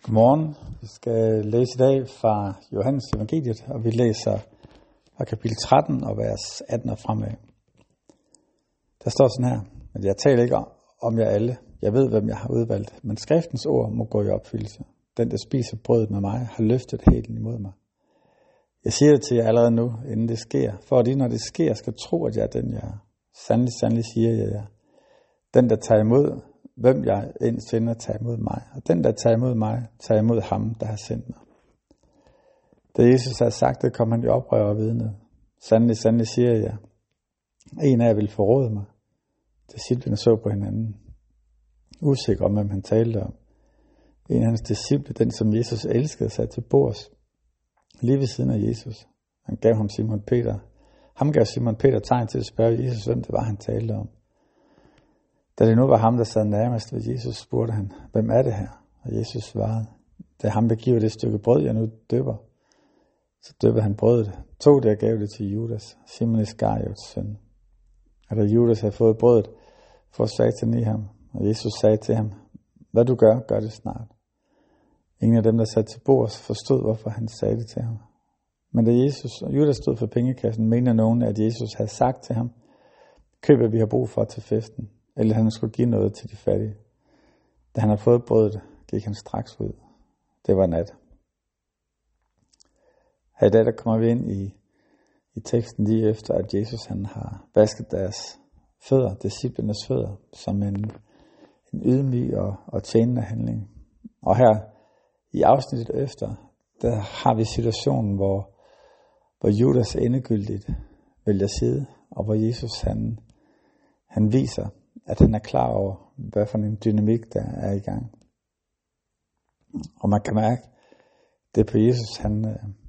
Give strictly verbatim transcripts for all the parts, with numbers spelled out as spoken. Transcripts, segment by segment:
Godmorgen. Vi skal læse i dag fra Johannes Evangeliet, og vi læser fra kapitel tretten og vers atten og fremad. Der står sådan her, at jeg taler ikke om jer alle. Jeg ved, hvem jeg har udvalgt, men skriftens ord må gå i opfyldelse. Den, der spiser brødet med mig, har løftet hælen imod mig. Jeg siger det til jer allerede nu, inden det sker, for at I, når det sker, skal tro, at jeg er den, jeg er. Sandelig, sandelig siger jeg jer. Den, der tager imod, hvem jeg end finder, tager imod mig. Og den, der tager imod mig, tager imod ham, der har sendt mig. Da Jesus havde sagt det, kom han i oprør og vidnede. Sandelig, sandelig siger jeg. En af jer vil forråde mig. Disciplene så på hinanden. Usikker om, hvem han talte om. En af hans disciple, den som Jesus elskede, sat til bords. Lige ved siden af Jesus. Han gav ham Simon Peter. Ham gav Simon Peter tegn til at spørge Jesus, hvem det var, han talte om. Da det nu var ham, der sad nærmest ved Jesus, spurgte han, hvem er det her? Og Jesus svarede, det er ham, der giver det stykke brød, jeg nu døber. Så døbte han brødet, tog det og gav det til Judas, Simon Iskariot søn. Og da Judas havde fået brødet, for Satan i ham, og Jesus sagde til ham, hvad du gør, gør det snart. Ingen af dem, der satte til bords, forstod, hvorfor han sagde det til ham. Men da Jesus og Judas stod for pengekassen, mener nogen, at Jesus havde sagt til ham, køb hvad vi har brug for til festen, eller han skulle give noget til de fattige. Da han havde fået brødet, gik han straks ud. Det var nat. Her i dag der kommer vi ind i, i teksten lige efter, at Jesus han har vasket deres fødder, disciplenes fødder, som en, en ydmyg og, og tjenende handling. Og her i afsnittet efter, der har vi situationen, hvor, hvor Judas endegyldigt vælger side, og hvor Jesus han, han viser, at han er klar over, hvad for en dynamik, der er i gang. Og man kan mærke, det på Jesus, han,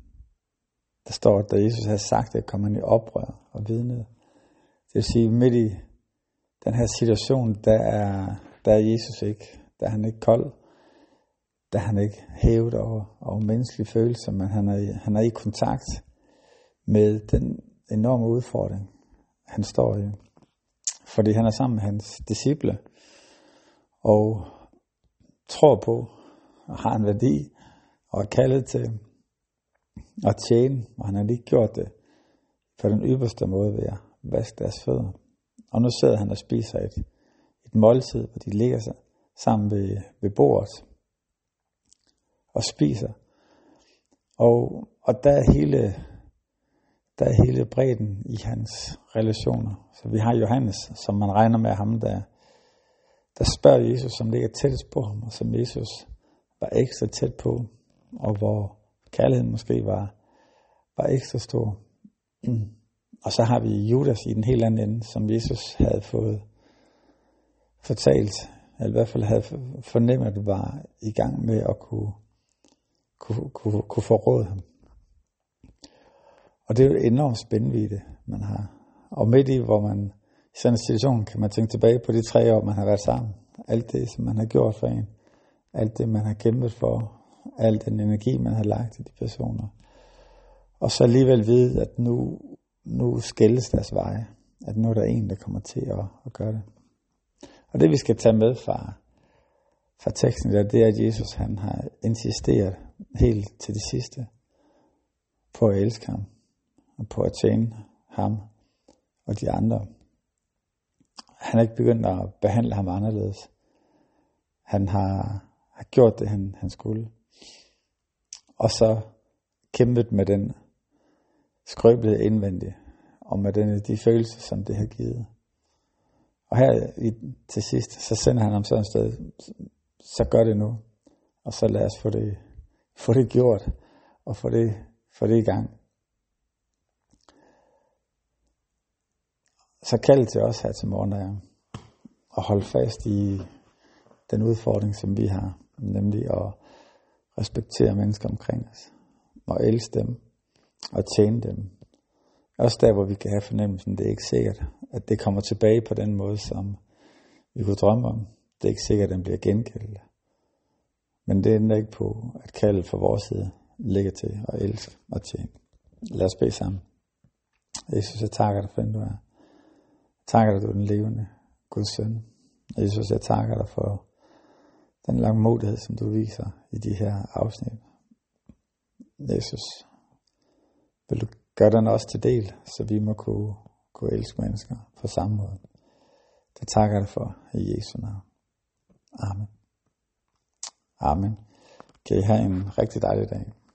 der står, at da Jesus havde sagt det, kom han i oprør og vidnede. Det vil sige, midt i den her situation, der er, der er Jesus ikke. Der er han ikke kold. Der er han ikke hævet over, over menneskelige følelser, men han er, han er i kontakt med den enorme udfordring, han står i. Fordi han er sammen med hans disciple, og tror på, og har en værdi, og er kaldet til at tjene, og han har lige gjort det på den ypperste måde ved at vaske deres fødder. Og nu sidder han og spiser et, et måltid, hvor de ligger sig sammen ved, ved bordet, og spiser. Og, og der er hele... Der er hele bredden i hans relationer. Så vi har Johannes, som man regner med ham, der, der spørger Jesus, som ligger tættest på ham, og som Jesus var ekstra tæt på, og hvor kærligheden måske var, var ekstra stor. Mm. Og så har vi Judas i den helt anden ende, som Jesus havde fået fortalt, eller i hvert fald havde fornemmet, var i gang med at kunne, kunne, kunne, kunne forråde ham. Og det er jo enormt spændvidde, man har. Og midt i, hvor man i sådan en situation, kan man tænke tilbage på de tre år, man har været sammen. Alt det, som man har gjort for en. Alt det, man har kæmpet for. Al den energi, man har lagt i de personer. Og så alligevel vide, at nu, nu skældes deres veje. At nu er der en, der kommer til at, at gøre det. Og det, vi skal tage med fra, fra teksten, der, det er, at Jesus han har insisteret helt til det sidste på at elske ham. Og på at tjene ham og de andre. Han har ikke begyndt at behandle ham anderledes. Han har, har gjort det, han, han skulle. Og så kæmpet med den skrøbelighed indvendigt, og med den, de følelser, som det har givet. Og her i, til sidst, så sender han ham sådan et sted, så gør det nu. Og så lad os få det, få det gjort, og få det, få det i gang. Så kald til os her til morgen er at holde fast i den udfordring, som vi har, nemlig at respektere mennesker omkring os, og elske dem, og tjene dem. Også der, hvor vi kan have fornemmelsen, det er ikke sikkert, at det kommer tilbage på den måde, som vi kunne drømme om. Det er ikke sikkert, at den bliver gengældt. Men det ændrer ikke på, at kaldet fra vores side ligger til at elske og tjene. Lad os bede sammen. Jesus, jeg takker dig for, den du er. Jeg takker dig, du er den levende Guds søn. Jesus, jeg takker dig for den langmodighed, som du viser i de her afsnit. Jesus, vil du gøre den også til del, så vi må kunne, kunne elske mennesker på samme måde. Det takker jeg dig for i Jesu navn. Amen. Amen. Kan I have en rigtig dejlig dag.